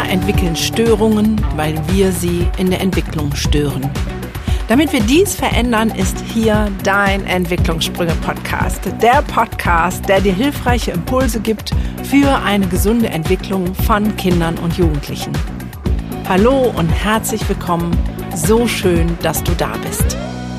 Kinder entwickeln Störungen, weil wir sie in der Entwicklung stören. Damit wir dies verändern, ist hier dein Entwicklungssprünge-Podcast. Der Podcast, der dir hilfreiche Impulse gibt für eine gesunde Entwicklung von Kindern und Jugendlichen. Hallo und herzlich willkommen. So schön, dass du da bist.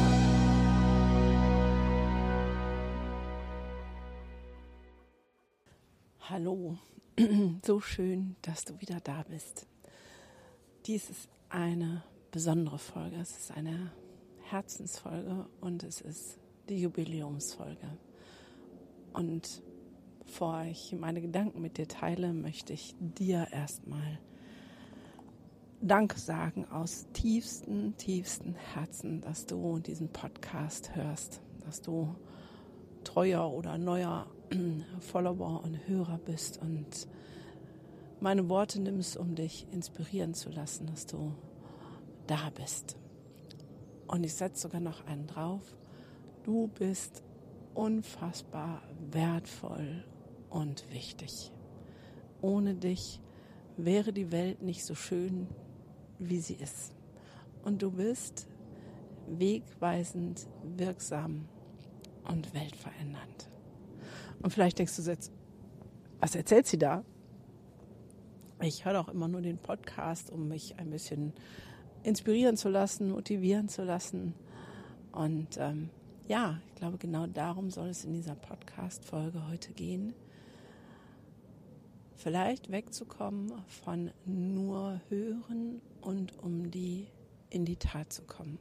Hallo, so schön, dass du wieder da bist. Dies ist eine besondere Folge. Es ist eine Herzensfolge und es ist die Jubiläumsfolge. Und bevor ich meine Gedanken mit dir teile, möchte ich dir erstmal Danke sagen aus tiefstem Herzen, dass du diesen Podcast hörst, dass du treuer oder neuer Follower und Hörer bist und meine Worte nimmst, um dich inspirieren zu lassen, dass du da bist. Und ich setze sogar noch einen drauf. Du bist unfassbar wertvoll und wichtig. Ohne dich wäre die Welt nicht so schön, wie sie ist. Und du bist wegweisend, wirksam und weltverändernd. Und vielleicht denkst du jetzt, was erzählt sie da? Ich höre doch immer nur den Podcast, um mich ein bisschen inspirieren zu lassen, motivieren zu lassen. Und ich glaube, genau darum soll es in dieser Podcast-Folge heute gehen. Vielleicht wegzukommen von nur Hören und in die Tat zu kommen.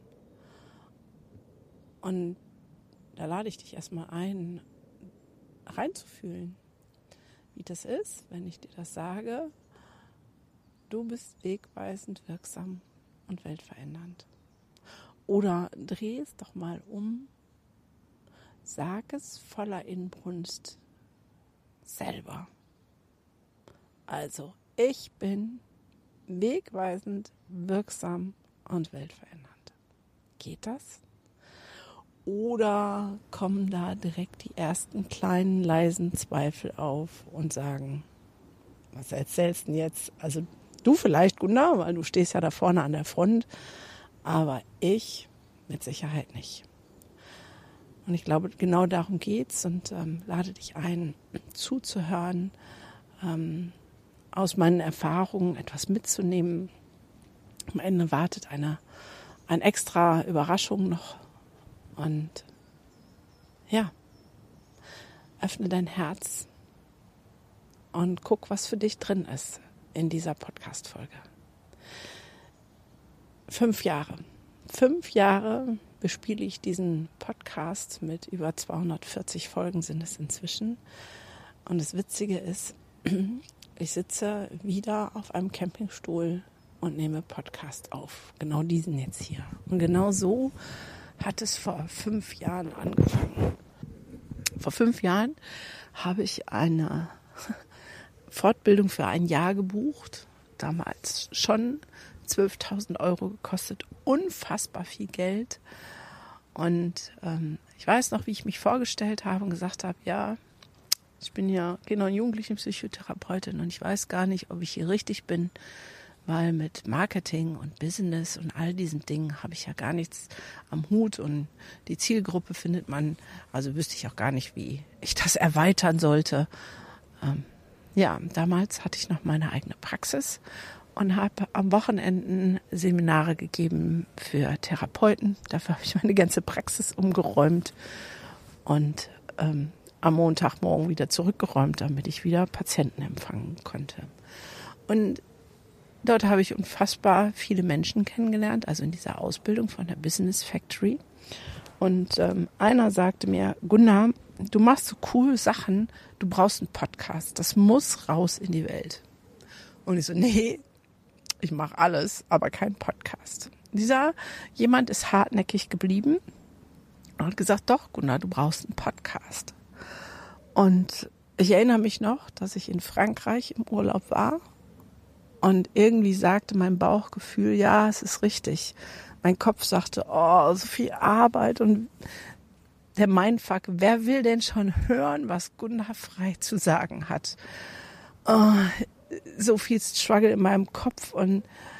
Und da lade ich dich erstmal ein, reinzufühlen, wie das ist, wenn ich dir das sage. Du bist wegweisend, wirksam und weltverändernd. Oder dreh es doch mal um, sag es voller Inbrunst selber. Also, ich bin wegweisend, wirksam und weltverändernd. Geht das? Oder kommen da direkt die ersten kleinen, leisen Zweifel auf und sagen, was erzählst du denn jetzt? Also du vielleicht, Gunnar, weil du stehst ja da vorne an der Front, aber ich mit Sicherheit nicht. Und ich glaube, genau darum geht's und lade dich ein, zuzuhören, aus meinen Erfahrungen etwas mitzunehmen. Am Ende wartet eine extra Überraschung noch. Und ja, öffne dein Herz und guck, was für dich drin ist in dieser Podcast-Folge. 5 Jahre. 5 Jahre bespiele ich diesen Podcast mit über 240 Folgen sind es inzwischen. Und das Witzige ist, ich sitze wieder auf einem Campingstuhl und nehme Podcast auf. Genau diesen jetzt hier. Und genau so hat es vor 5 Jahren angefangen. Vor 5 Jahren habe ich eine Fortbildung für ein Jahr gebucht. Damals schon 12.000 Euro gekostet. Unfassbar viel Geld. Und ich weiß noch, wie ich mich vorgestellt habe und gesagt habe, ja, ich bin ja Kinder- und Jugendlichenpsychotherapeutin und ich weiß gar nicht, ob ich hier richtig bin, weil mit Marketing und Business und all diesen Dingen habe ich ja gar nichts am Hut und die Zielgruppe findet man, also wüsste ich auch gar nicht, wie ich das erweitern sollte. Damals hatte ich noch meine eigene Praxis und habe am Wochenenden Seminare gegeben für Therapeuten. Dafür habe ich meine ganze Praxis umgeräumt und am Montagmorgen wieder zurückgeräumt, damit ich wieder Patienten empfangen konnte. Und dort habe ich unfassbar viele Menschen kennengelernt, also in dieser Ausbildung von der Business Factory. Und einer sagte mir, Gunnar, du machst so coole Sachen, du brauchst einen Podcast, das muss raus in die Welt. Und ich so, nee, ich mache alles, aber kein Podcast. Dieser jemand ist hartnäckig geblieben und hat gesagt, doch Gunnar, du brauchst einen Podcast. Und ich erinnere mich noch, dass ich in Frankreich im Urlaub war und irgendwie sagte mein Bauchgefühl, ja, es ist richtig. Mein Kopf sagte, oh, so viel Arbeit und der Mindfuck, wer will denn schon hören, was Gunnar Frei zu sagen hat? so viel Struggle in meinem Kopf und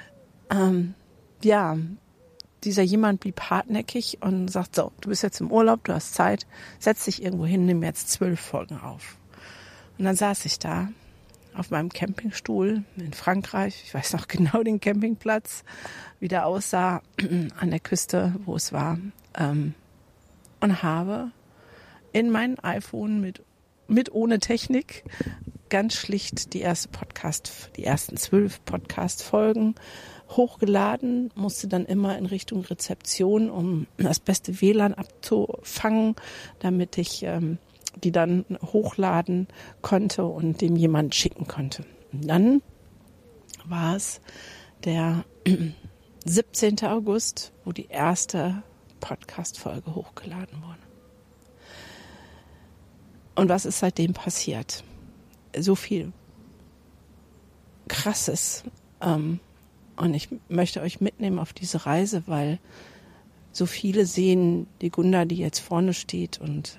dieser jemand blieb hartnäckig und sagt, so, du bist jetzt im Urlaub, du hast Zeit, setz dich irgendwo hin, nimm jetzt 12 Folgen auf. Und dann saß ich da auf meinem Campingstuhl in Frankreich, ich weiß noch genau den Campingplatz, wie der aussah an der Küste, wo es war, und habe in mein iPhone mit ohne Technik ganz schlicht die ersten 12 Podcast-Folgen hochgeladen, musste dann immer in Richtung Rezeption, um das beste WLAN abzufangen, damit ich die dann hochladen konnte und dem jemand schicken konnte. Und dann war es der 17. August, wo die erste Podcast-Folge hochgeladen wurde. Und was ist seitdem passiert? So viel Krasses. Und ich möchte euch mitnehmen auf diese Reise, weil so viele sehen die Gunda, die jetzt vorne steht und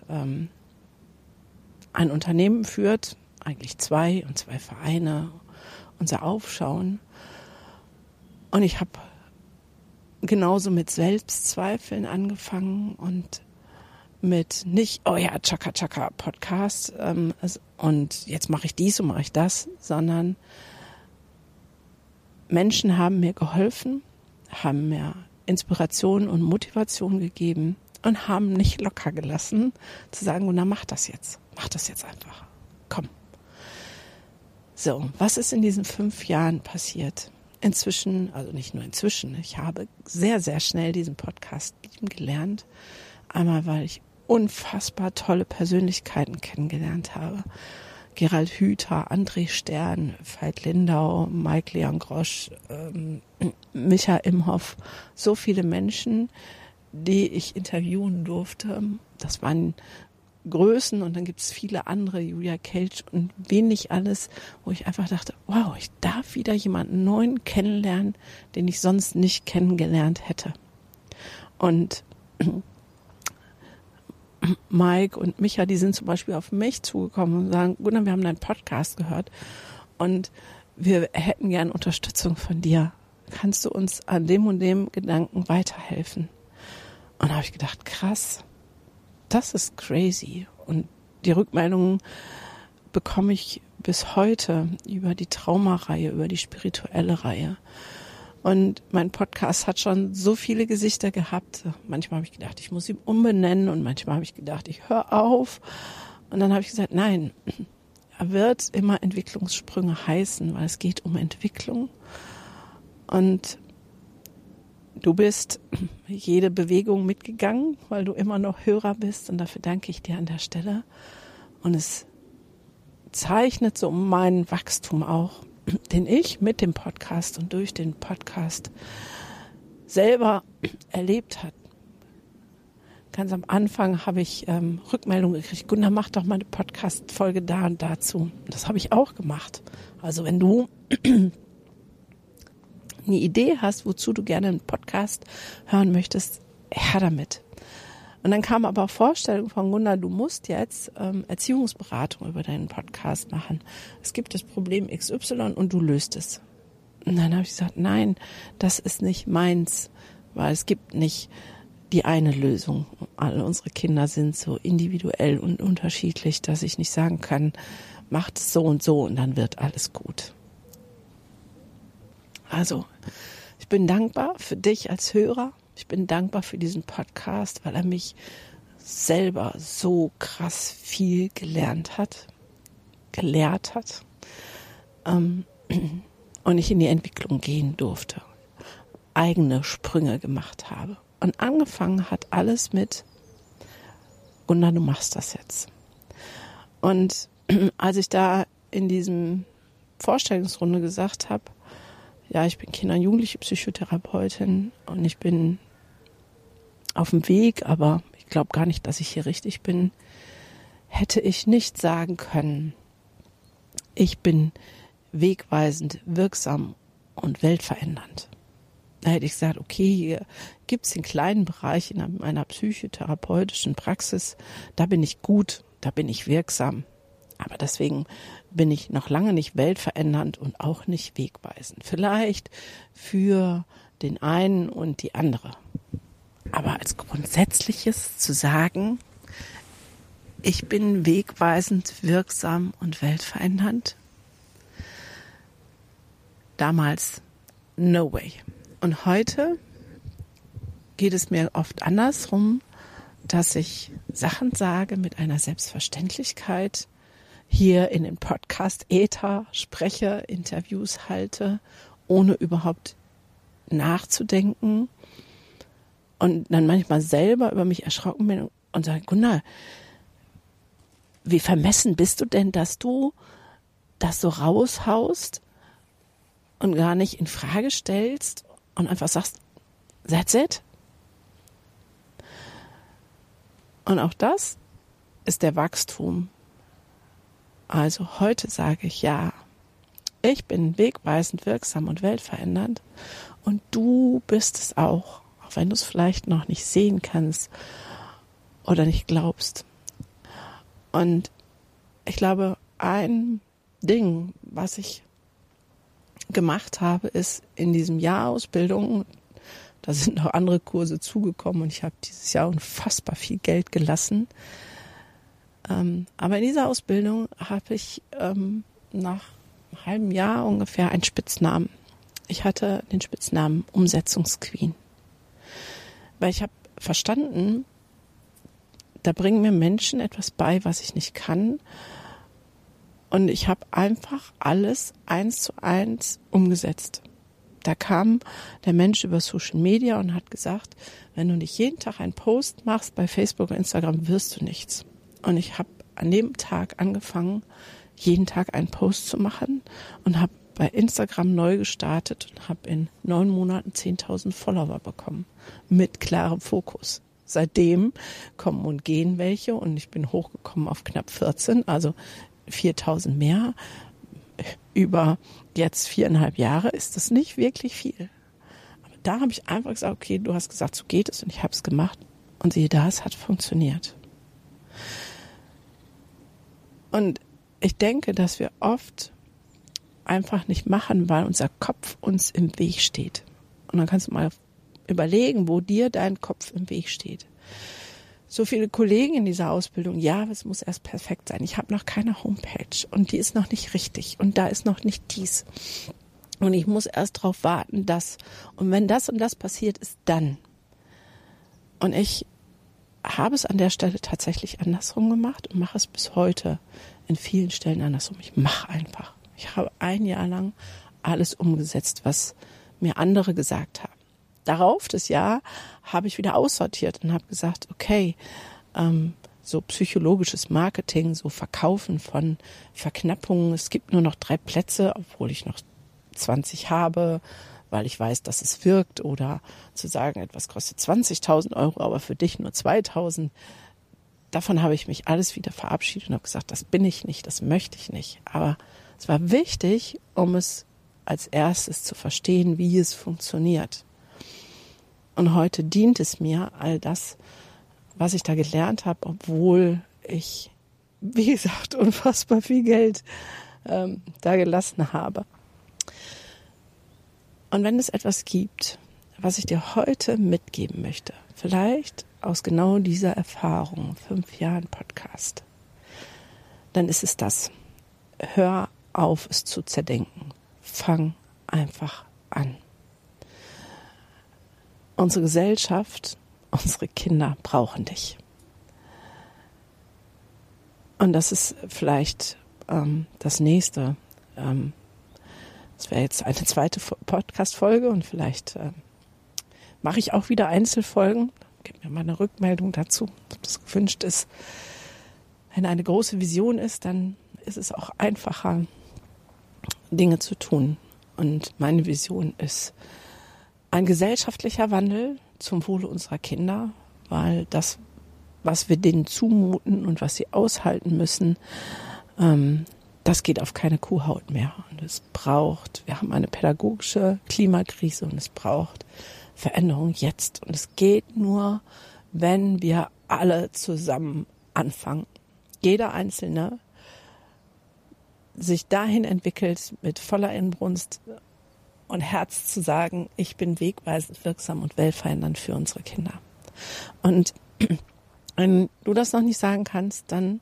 ein Unternehmen führt, eigentlich 2 Vereine, unser Aufschauen. Und ich habe genauso mit Selbstzweifeln angefangen und mit nicht, oh ja, Chaka Chaka Podcast und jetzt mache ich dies und mache ich das, sondern Menschen haben mir geholfen, haben mir Inspiration und Motivation gegeben und haben nicht locker gelassen, zu sagen, na mach das jetzt einfach, komm. So, was ist in diesen 5 Jahren passiert? Inzwischen, also nicht nur inzwischen, ich habe sehr, sehr schnell diesen Podcast lieben gelernt. Einmal, weil ich unfassbar tolle Persönlichkeiten kennengelernt habe. Gerald Hüther, André Stern, Veit Lindau, Mike Leon Grosch, Micha Imhoff. So viele Menschen, die ich interviewen durfte. Das waren Größen und dann gibt es viele andere, Julia Kelch und wen nicht alles, wo ich einfach dachte, wow, ich darf wieder jemanden Neuen kennenlernen, den ich sonst nicht kennengelernt hätte. Und Mike und Micha, die sind zum Beispiel auf mich zugekommen und sagen, Gunnar, wir haben deinen Podcast gehört und wir hätten gern Unterstützung von dir. Kannst du uns an dem und dem Gedanken weiterhelfen? Und da habe ich gedacht, krass, das ist crazy. Und die Rückmeldungen bekomme ich bis heute über die Traumareihe, über die spirituelle Reihe. Und mein Podcast hat schon so viele Gesichter gehabt. Manchmal habe ich gedacht, ich muss ihn umbenennen und manchmal habe ich gedacht, ich höre auf. Und dann habe ich gesagt, nein, er wird immer Entwicklungssprünge heißen, weil es geht um Entwicklung. Und du bist jede Bewegung mitgegangen, weil du immer noch Hörer bist und dafür danke ich dir an der Stelle. Und es zeichnet so mein Wachstum auch, den ich mit dem Podcast und durch den Podcast selber erlebt habe. Ganz am Anfang habe ich Rückmeldungen gekriegt, Gunnar, mach doch mal eine Podcast-Folge da und dazu. Und das habe ich auch gemacht. Also wenn du eine Idee hast, wozu du gerne einen Podcast hören möchtest, her damit. Und dann kam aber auch Vorstellung von Gunnar, du musst jetzt Erziehungsberatung über deinen Podcast machen. Es gibt das Problem XY und du löst es. Und dann habe ich gesagt, nein, das ist nicht meins, weil es gibt nicht die eine Lösung. Alle unsere Kinder sind so individuell und unterschiedlich, dass ich nicht sagen kann, macht es so und dann wird alles gut. Also, ich bin dankbar für dich als Hörer. Ich bin dankbar für diesen Podcast, weil er mich selber so krass viel gelehrt hat und ich in die Entwicklung gehen durfte, eigene Sprünge gemacht habe. Und angefangen hat alles mit, Gunnar, du machst das jetzt. Und als ich da in diesem Vorstellungsrunde gesagt habe, ja, ich bin Kinder- und Jugendliche Psychotherapeutin und ich bin auf dem Weg, aber ich glaube gar nicht, dass ich hier richtig bin, hätte ich nicht sagen können, ich bin wegweisend, wirksam und weltverändernd. Da hätte ich gesagt, okay, hier gibt es den kleinen Bereich in meiner psychotherapeutischen Praxis, da bin ich gut, da bin ich wirksam. Aber deswegen bin ich noch lange nicht weltverändernd und auch nicht wegweisend. Vielleicht für den einen und die andere. Aber als Grundsätzliches zu sagen, ich bin wegweisend, wirksam und weltverändernd, damals no way. Und heute geht es mir oft andersrum, dass ich Sachen sage mit einer Selbstverständlichkeit, hier in den Podcast Äther spreche, Interviews halte, ohne überhaupt nachzudenken und dann manchmal selber über mich erschrocken bin und sage, Gunnar, wie vermessen bist du denn, dass du das so raushaust und gar nicht in Frage stellst und einfach sagst, that's it? Und auch das ist der Wachstum. Also heute sage ich ja, ich bin wegweisend, wirksam und weltverändernd und du bist es auch wenn du es vielleicht noch nicht sehen kannst oder nicht glaubst. Und ich glaube, ein Ding, was ich gemacht habe, ist in diesem Jahr Ausbildung, da sind noch andere Kurse zugekommen und ich habe dieses Jahr unfassbar viel Geld gelassen. Aber in dieser Ausbildung habe ich nach einem halben Jahr ungefähr einen Spitznamen. Ich hatte den Spitznamen Umsetzungsqueen. Weil ich habe verstanden, da bringen mir Menschen etwas bei, was ich nicht kann. Und ich habe einfach alles 1:1 umgesetzt. Da kam der Mensch über Social Media und hat gesagt, wenn du nicht jeden Tag einen Post machst bei Facebook und Instagram, wirst du nichts. Und ich habe an dem Tag angefangen, jeden Tag einen Post zu machen und habe bei Instagram neu gestartet und habe in 9 Monaten 10.000 Follower bekommen. Mit klarem Fokus. Seitdem kommen und gehen welche und ich bin hochgekommen auf knapp 14, also 4.000 mehr. Über jetzt 4,5 Jahre ist das nicht wirklich viel. Aber da habe ich einfach gesagt, okay, du hast gesagt, so geht es und ich habe es gemacht. Und siehe da, es hat funktioniert. Und ich denke, dass wir oft einfach nicht machen, weil unser Kopf uns im Weg steht. Und dann kannst du mal überlegen, wo dir dein Kopf im Weg steht. So viele Kollegen in dieser Ausbildung, ja, es muss erst perfekt sein. Ich habe noch keine Homepage und die ist noch nicht richtig und da ist noch nicht dies. Und ich muss erst drauf warten, dass. Und wenn das und das passiert ist, dann. Und ich habe es an der Stelle tatsächlich andersrum gemacht und mache es bis heute in vielen Stellen andersrum. Ich mache einfach. Ich habe 1 Jahr lang alles umgesetzt, was mir andere gesagt haben. Darauf, das Jahr, habe ich wieder aussortiert und habe gesagt, okay, so psychologisches Marketing, so Verkaufen von Verknappungen. Es gibt nur noch 3 Plätze, obwohl ich noch 20 habe, weil ich weiß, dass es wirkt. Oder zu sagen, etwas kostet 20.000 Euro, aber für dich nur 2.000. Davon habe ich mich alles wieder verabschiedet und habe gesagt, das bin ich nicht, das möchte ich nicht. Aber es war wichtig, um es als erstes zu verstehen, wie es funktioniert. Und heute dient es mir, all das, was ich da gelernt habe, obwohl ich, wie gesagt, unfassbar viel Geld da gelassen habe. Und wenn es etwas gibt, was ich dir heute mitgeben möchte, vielleicht aus genau dieser Erfahrung, 5 Jahren Podcast, dann ist es das. Hör auf, es zu zerdenken. Fang einfach an. Unsere Gesellschaft, unsere Kinder brauchen dich. Und das ist vielleicht das Nächste. Das wäre jetzt eine zweite Podcast-Folge und vielleicht mache ich auch wieder Einzelfolgen. Gib mir mal eine Rückmeldung dazu, ob das gewünscht ist. Wenn eine große Vision ist, dann ist es auch einfacher, Dinge zu tun. Und meine Vision ist ein gesellschaftlicher Wandel zum Wohle unserer Kinder, weil das, was wir denen zumuten und was sie aushalten müssen, das geht auf keine Kuhhaut mehr. Und wir haben eine pädagogische Klimakrise und es braucht Veränderung jetzt. Und es geht nur, wenn wir alle zusammen anfangen. Jeder Einzelne sich dahin entwickelt, mit voller Inbrunst und Herz zu sagen, ich bin wegweisend, wirksam und weltverändernd für unsere Kinder. Und wenn du das noch nicht sagen kannst, dann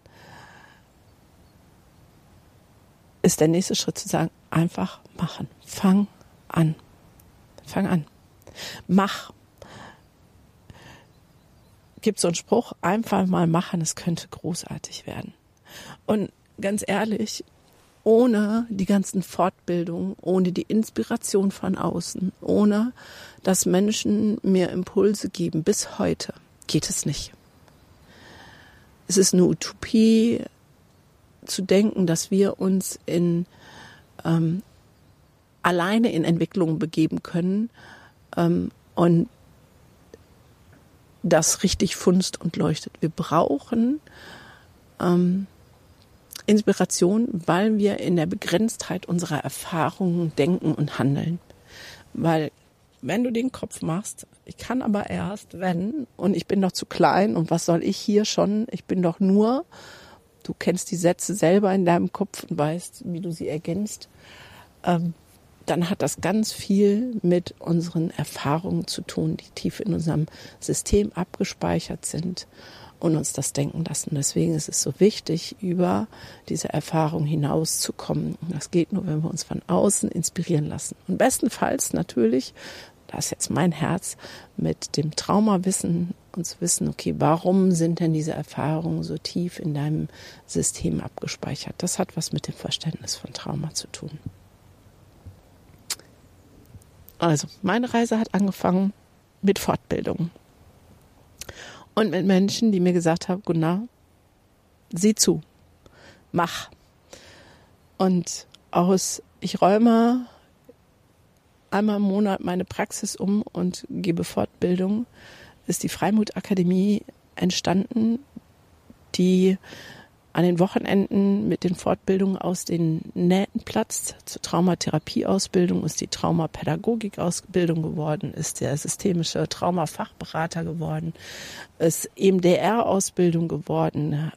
ist der nächste Schritt zu sagen, einfach machen. Fang an. Fang an. Mach. Gibt so einen Spruch, einfach mal machen, es könnte großartig werden. Und ganz ehrlich, ohne die ganzen Fortbildungen, ohne die Inspiration von außen, ohne dass Menschen mir Impulse geben, bis heute geht es nicht. Es ist eine Utopie zu denken, dass wir uns alleine in Entwicklung begeben können und das richtig funzt und leuchtet. Wir brauchen Inspiration, weil wir in der Begrenztheit unserer Erfahrungen denken und handeln. Weil wenn du den Kopf machst, ich kann aber erst, wenn, und ich bin doch zu klein und was soll ich hier schon, ich bin doch nur, du kennst die Sätze selber in deinem Kopf und weißt, wie du sie ergänzt, dann hat das ganz viel mit unseren Erfahrungen zu tun, die tief in unserem System abgespeichert sind und uns das denken lassen. Deswegen ist es so wichtig, über diese Erfahrung hinauszukommen. Das geht nur, wenn wir uns von außen inspirieren lassen. Und bestenfalls natürlich, das ist jetzt mein Herz, mit dem Traumawissen und zu wissen, okay, warum sind denn diese Erfahrungen so tief in deinem System abgespeichert? Das hat was mit dem Verständnis von Trauma zu tun. Also, meine Reise hat angefangen mit Fortbildung. Und mit Menschen, die mir gesagt haben, Gunnar, sieh zu, mach. Und ich räume einmal im Monat meine Praxis um und gebe Fortbildung, ist die Freimut-Akademie entstanden, die an den Wochenenden mit den Fortbildungen aus den Nähten platzt. Zur Traumatherapieausbildung ist die Traumapädagogik-Ausbildung geworden, ist der systemische Traumafachberater geworden, ist EMDR-Ausbildung geworden,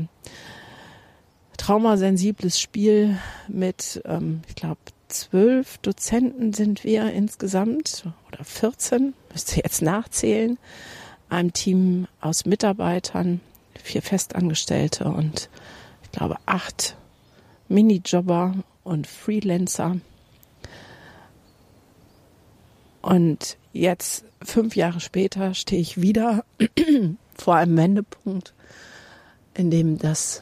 traumasensibles Spiel mit, ich glaube, 12 Dozenten sind wir insgesamt oder 14, müsst ihr jetzt nachzählen, einem Team aus Mitarbeitern, 4 Festangestellte und ich glaube 8 Minijobber und Freelancer. Und jetzt 5 Jahre später stehe ich wieder vor einem Wendepunkt, in dem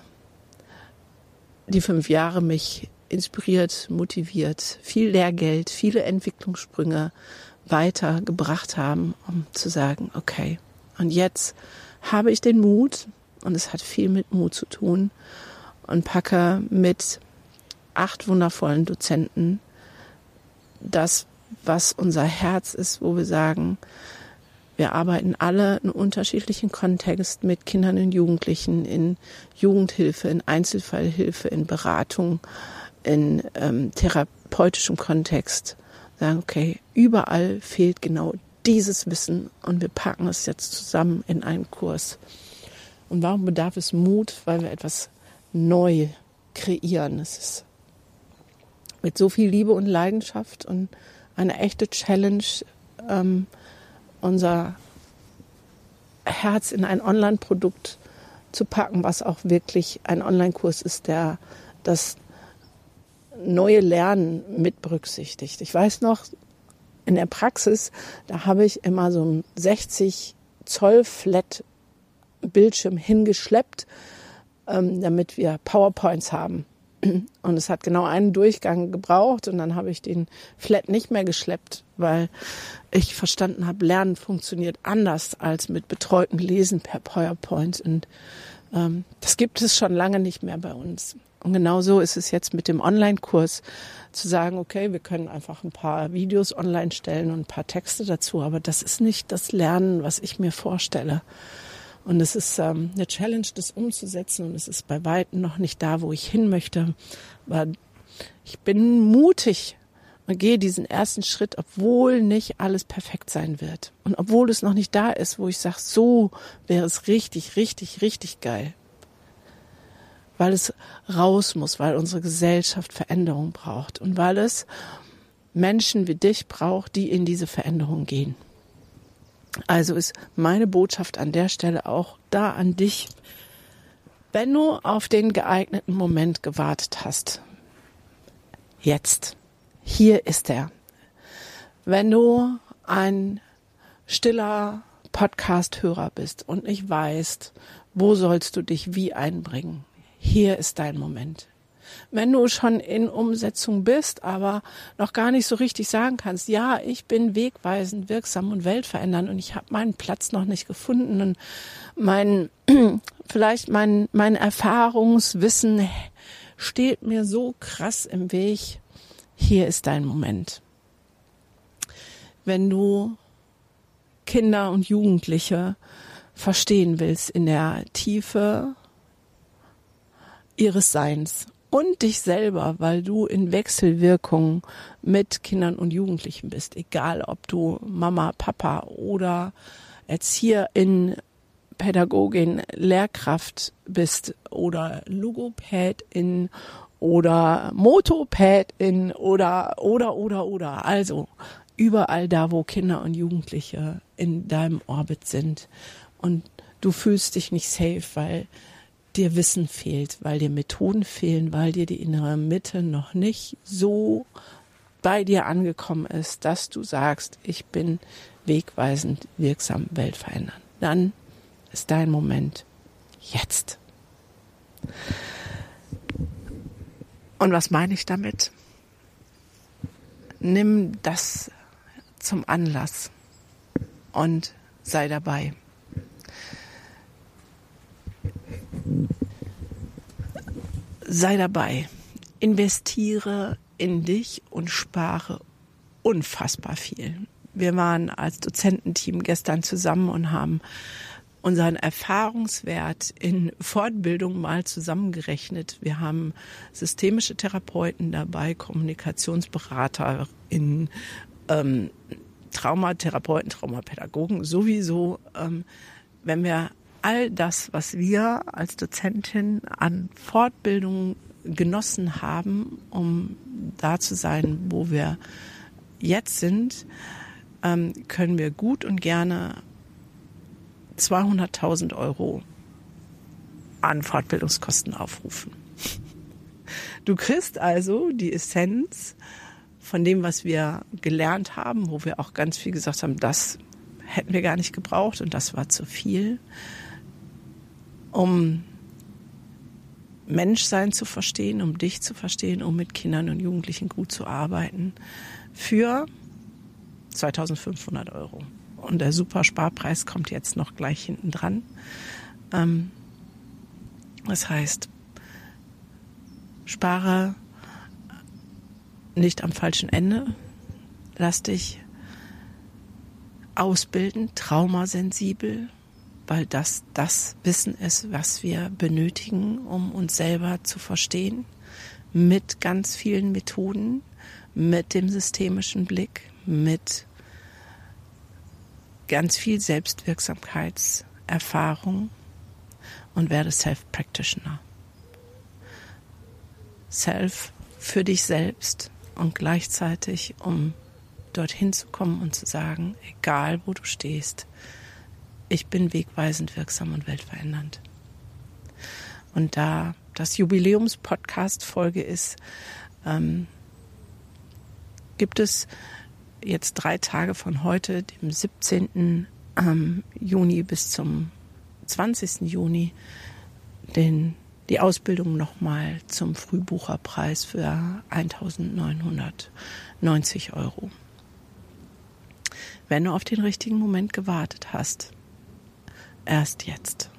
die 5 Jahre mich inspiriert, motiviert, viel Lehrgeld, viele Entwicklungssprünge weitergebracht haben, um zu sagen, okay, und jetzt habe ich den Mut, und es hat viel mit Mut zu tun, und packe mit 8 wundervollen Dozenten das, was unser Herz ist, wo wir sagen, wir arbeiten alle in unterschiedlichen Kontext mit Kindern und Jugendlichen, in Jugendhilfe, in Einzelfallhilfe, in Beratung, in therapeutischem Kontext. Sagen, okay, überall fehlt genau dieses Wissen und wir packen es jetzt zusammen in einen Kurs. Und warum bedarf es Mut? Weil wir etwas neu kreieren. Es ist mit so viel Liebe und Leidenschaft und eine echte Challenge, unser Herz in ein Online-Produkt zu packen, was auch wirklich ein Online-Kurs ist, der das neue Lernen mit berücksichtigt. Ich weiß noch, in der Praxis, da habe ich immer so einen 60 Zoll Flat Bildschirm hingeschleppt, damit wir PowerPoints haben. Und es hat genau einen Durchgang gebraucht und dann habe ich den Flat nicht mehr geschleppt, weil ich verstanden habe, Lernen funktioniert anders als mit betreutem Lesen per PowerPoint. Und das gibt es schon lange nicht mehr bei uns. Und genauso ist es jetzt mit dem Online-Kurs, zu sagen, okay, wir können einfach ein paar Videos online stellen und ein paar Texte dazu, aber das ist nicht das Lernen, was ich mir vorstelle. Und es ist eine Challenge, das umzusetzen, und es ist bei weitem noch nicht da, wo ich hin möchte. Aber ich bin mutig und gehe diesen ersten Schritt, obwohl nicht alles perfekt sein wird. Und obwohl es noch nicht da ist, wo ich sage, so wäre es richtig, richtig, richtig geil. weil es raus muss, weil unsere Gesellschaft Veränderung braucht und weil es Menschen wie dich braucht, die in diese Veränderung gehen. Also ist meine Botschaft an der Stelle auch da an dich, wenn du auf den geeigneten Moment gewartet hast. Jetzt. Hier ist er. Wenn du ein stiller Podcast-Hörer bist und nicht weißt, wo sollst du dich wie einbringen, hier ist dein Moment. Wenn du schon in Umsetzung bist, aber noch gar nicht so richtig sagen kannst, ja, ich bin wegweisend, wirksam und weltverändernd und ich habe meinen Platz noch nicht gefunden und mein Erfahrungswissen steht mir so krass im Weg, hier ist dein Moment. Wenn du Kinder und Jugendliche verstehen willst in der Tiefe ihres Seins und dich selber, weil du in Wechselwirkung mit Kindern und Jugendlichen bist, egal ob du Mama, Papa oder Erzieherin, Pädagogin, Lehrkraft bist oder Logopädin oder Motopädin oder. Also überall da, wo Kinder und Jugendliche in deinem Orbit sind und du fühlst dich nicht safe, weil dir Wissen fehlt, weil dir Methoden fehlen, weil dir die innere Mitte noch nicht so bei dir angekommen ist, dass du sagst, ich bin wegweisend, wirksam, weltverändernd. Dann ist dein Moment jetzt. Und was meine ich damit? Nimm das zum Anlass und sei dabei. Sei dabei, investiere in dich und spare unfassbar viel. Wir waren als Dozententeam gestern zusammen und haben unseren Erfahrungswert in Fortbildung mal zusammengerechnet. Wir haben systemische Therapeuten dabei, Kommunikationsberater, Traumatherapeuten, Traumapädagogen sowieso. Wenn wir all das, was wir als Dozentin an Fortbildung genossen haben, um da zu sein, wo wir jetzt sind, können wir gut und gerne 200.000 € an Fortbildungskosten aufrufen. Du kriegst also die Essenz von dem, was wir gelernt haben, wo wir auch ganz viel gesagt haben, das hätten wir gar nicht gebraucht und das war zu viel, um Menschsein zu verstehen, um dich zu verstehen, um mit Kindern und Jugendlichen gut zu arbeiten, für 2.500 €. Und der Super-Sparpreis kommt jetzt noch gleich hinten dran. Das heißt, spare nicht am falschen Ende. Lass dich ausbilden, traumasensibel, weil das Wissen ist, was wir benötigen, um uns selber zu verstehen, mit ganz vielen Methoden, mit dem systemischen Blick, mit ganz viel Selbstwirksamkeitserfahrung und werde Self-Practitioner. Self für dich selbst und gleichzeitig, um dorthin zu kommen und zu sagen, egal wo du stehst, ich bin wegweisend, wirksam und weltverändernd. Und da das Jubiläums-Podcast-Folge ist, gibt es jetzt 3 Tage von heute, dem 17. Juni bis zum 20. Juni, die Ausbildung nochmal zum Frühbucherpreis für 1.990 €. Wenn du auf den richtigen Moment gewartet hast, erst jetzt.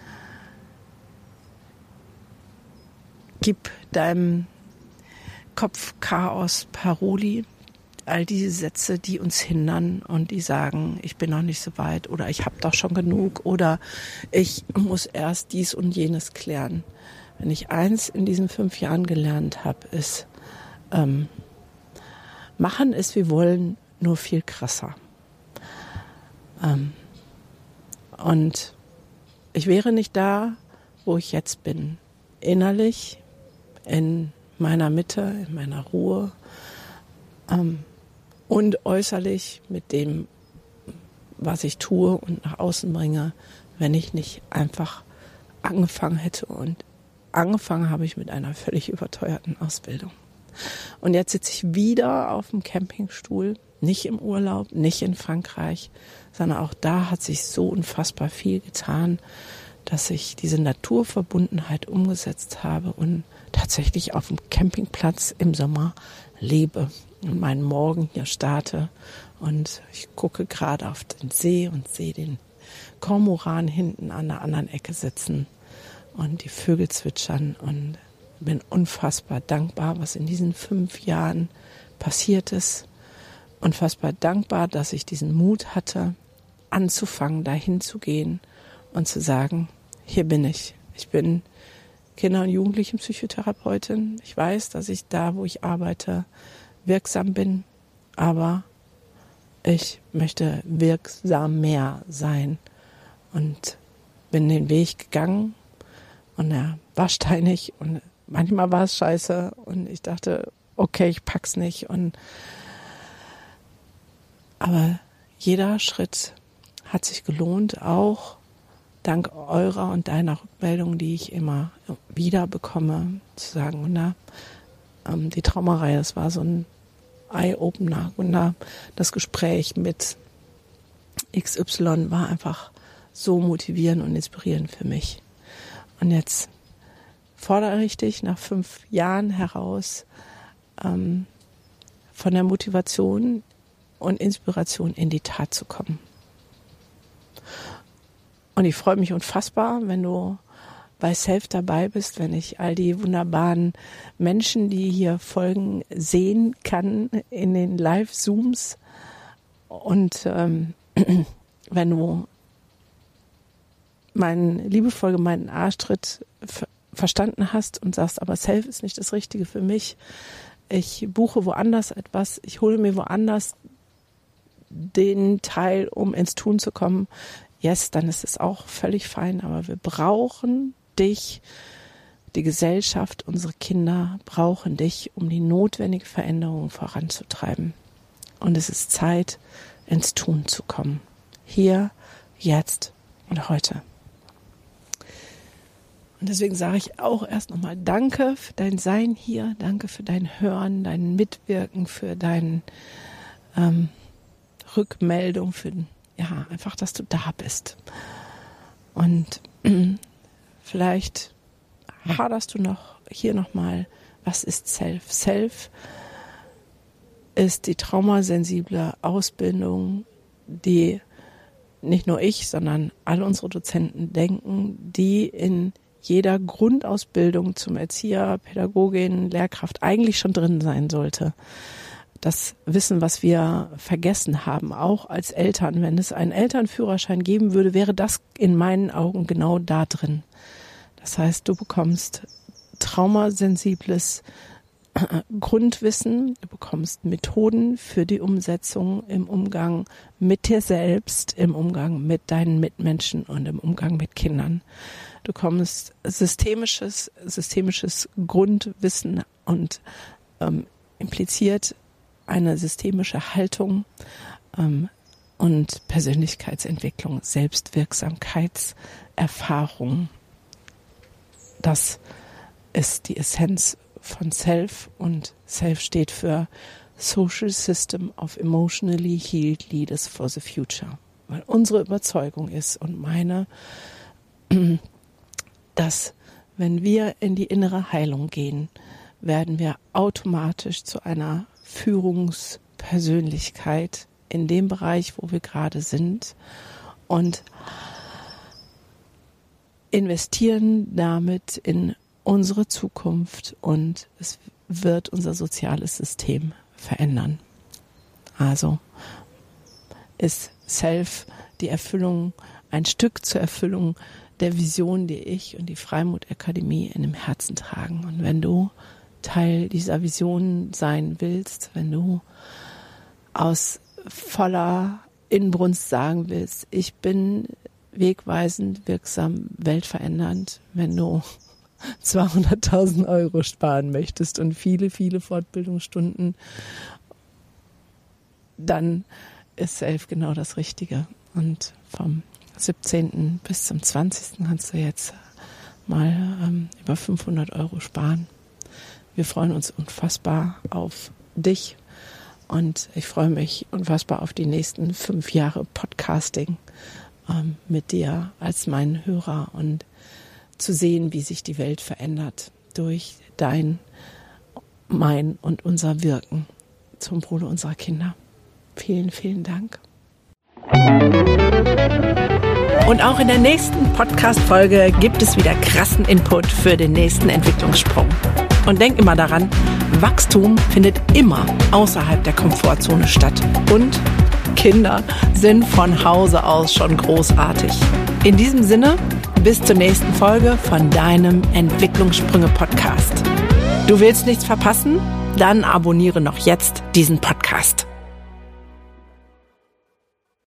Gib deinem Kopfchaos Paroli, all diese Sätze, die uns hindern und die sagen, ich bin noch nicht so weit oder ich habe doch schon genug oder ich muss erst dies und jenes klären. Wenn ich eins in diesen 5 Jahren gelernt habe, ist, machen es wie wollen, nur viel krasser. Und ich wäre nicht da, wo ich jetzt bin. innerlich in meiner Mitte, in meiner Ruhe und äußerlich mit dem, was ich tue und nach außen bringe, wenn ich nicht einfach angefangen hätte. Und angefangen habe ich mit einer völlig überteuerten Ausbildung. Und jetzt sitze ich wieder auf dem Campingstuhl, nicht im Urlaub, nicht in Frankreich, sondern auch da hat sich so unfassbar viel getan, dass ich diese Naturverbundenheit umgesetzt habe und tatsächlich auf dem Campingplatz im Sommer lebe und meinen Morgen hier starte. Und ich gucke gerade auf den See und sehe den Kormoran hinten an der anderen Ecke sitzen und die Vögel zwitschern und bin unfassbar dankbar, was in diesen 5 Jahren passiert ist. Unfassbar dankbar, dass ich diesen Mut hatte, anzufangen, dahin zu gehen und zu sagen, hier bin ich. Ich bin Kinder- und Jugendlichenpsychotherapeutin. Ich weiß, dass ich da, wo ich arbeite, wirksam bin, aber ich möchte wirksam mehr sein und bin den Weg gegangen und er war steinig und manchmal war es scheiße und ich dachte, okay, ich pack's nicht aber jeder Schritt hat sich gelohnt, auch dank eurer und deiner Rückmeldung, die ich immer wieder bekomme, zu sagen, die Traumareihe, das war so ein Eye-Opener und das Gespräch mit XY war einfach so motivierend und inspirierend für mich. Und jetzt fordere ich dich nach 5 Jahren heraus, von der Motivation und Inspiration in die Tat zu kommen. Und ich freue mich unfassbar, wenn du bei Self dabei bist, wenn ich all die wunderbaren Menschen, die hier folgen, sehen kann in den Live-Zooms. Und wenn du meinen liebevoll gemeinten Arschtritt verstanden hast und sagst, aber Self ist nicht das Richtige für mich, ich buche woanders etwas, ich hole mir woanders den Teil, um ins Tun zu kommen, yes, dann ist es auch völlig fein, aber wir brauchen dich, die Gesellschaft, unsere Kinder brauchen dich, um die notwendige Veränderung voranzutreiben. Und es ist Zeit, ins Tun zu kommen. Hier, jetzt und heute. Und deswegen sage ich auch erst nochmal Danke für dein Sein hier, danke für dein Hören, dein Mitwirken, für deine Rückmeldung, für einfach, dass du da bist. Und vielleicht haderst du nochmal, was ist Self? Self ist die traumasensible Ausbildung, die nicht nur ich, sondern alle unsere Dozenten denken, die in jeder Grundausbildung zum Erzieher, Pädagogin, Lehrkraft eigentlich schon drin sein sollte. Das Wissen, was wir vergessen haben, auch als Eltern. Wenn es einen Elternführerschein geben würde, wäre das in meinen Augen genau da drin. Das heißt, du bekommst traumasensibles Grundwissen, du bekommst Methoden für die Umsetzung im Umgang mit dir selbst, im Umgang mit deinen Mitmenschen und im Umgang mit Kindern. Du bekommst systemisches Grundwissen und impliziert eine systemische Haltung und Persönlichkeitsentwicklung, Selbstwirksamkeitserfahrung. Das ist die Essenz von Self und Self steht für Social System of Emotionally Healed Leaders for the Future. Weil unsere Überzeugung ist und meine, dass wenn wir in die innere Heilung gehen, werden wir automatisch zu einer Führungspersönlichkeit in dem Bereich, wo wir gerade sind und investieren damit in unsere Zukunft und es wird unser soziales System verändern. Also ist Self die Erfüllung, ein Stück zur Erfüllung der Vision, die ich und die Freimut Akademie in dem Herzen tragen. Und wenn du Teil dieser Vision sein willst, wenn du aus voller Inbrunst sagen willst, ich bin wegweisend, wirksam, weltverändernd, wenn du 200.000 Euro sparen möchtest und viele, viele Fortbildungsstunden, dann ist Self genau das Richtige. Und vom 17. bis zum 20. kannst du jetzt mal über 500 Euro sparen. Wir freuen uns unfassbar auf dich und ich freue mich unfassbar auf die nächsten 5 Jahre Podcasting mit dir als mein Hörer und zu sehen, wie sich die Welt verändert durch dein, mein und unser Wirken zum Wohle unserer Kinder. Vielen, vielen Dank. Und auch in der nächsten Podcast-Folge gibt es wieder krassen Input für den nächsten Entwicklungssprung. Und denk immer daran, Wachstum findet immer außerhalb der Komfortzone statt. Und Kinder sind von Hause aus schon großartig. In diesem Sinne, bis zur nächsten Folge von deinem Entwicklungssprünge-Podcast. Du willst nichts verpassen? Dann abonniere noch jetzt diesen Podcast.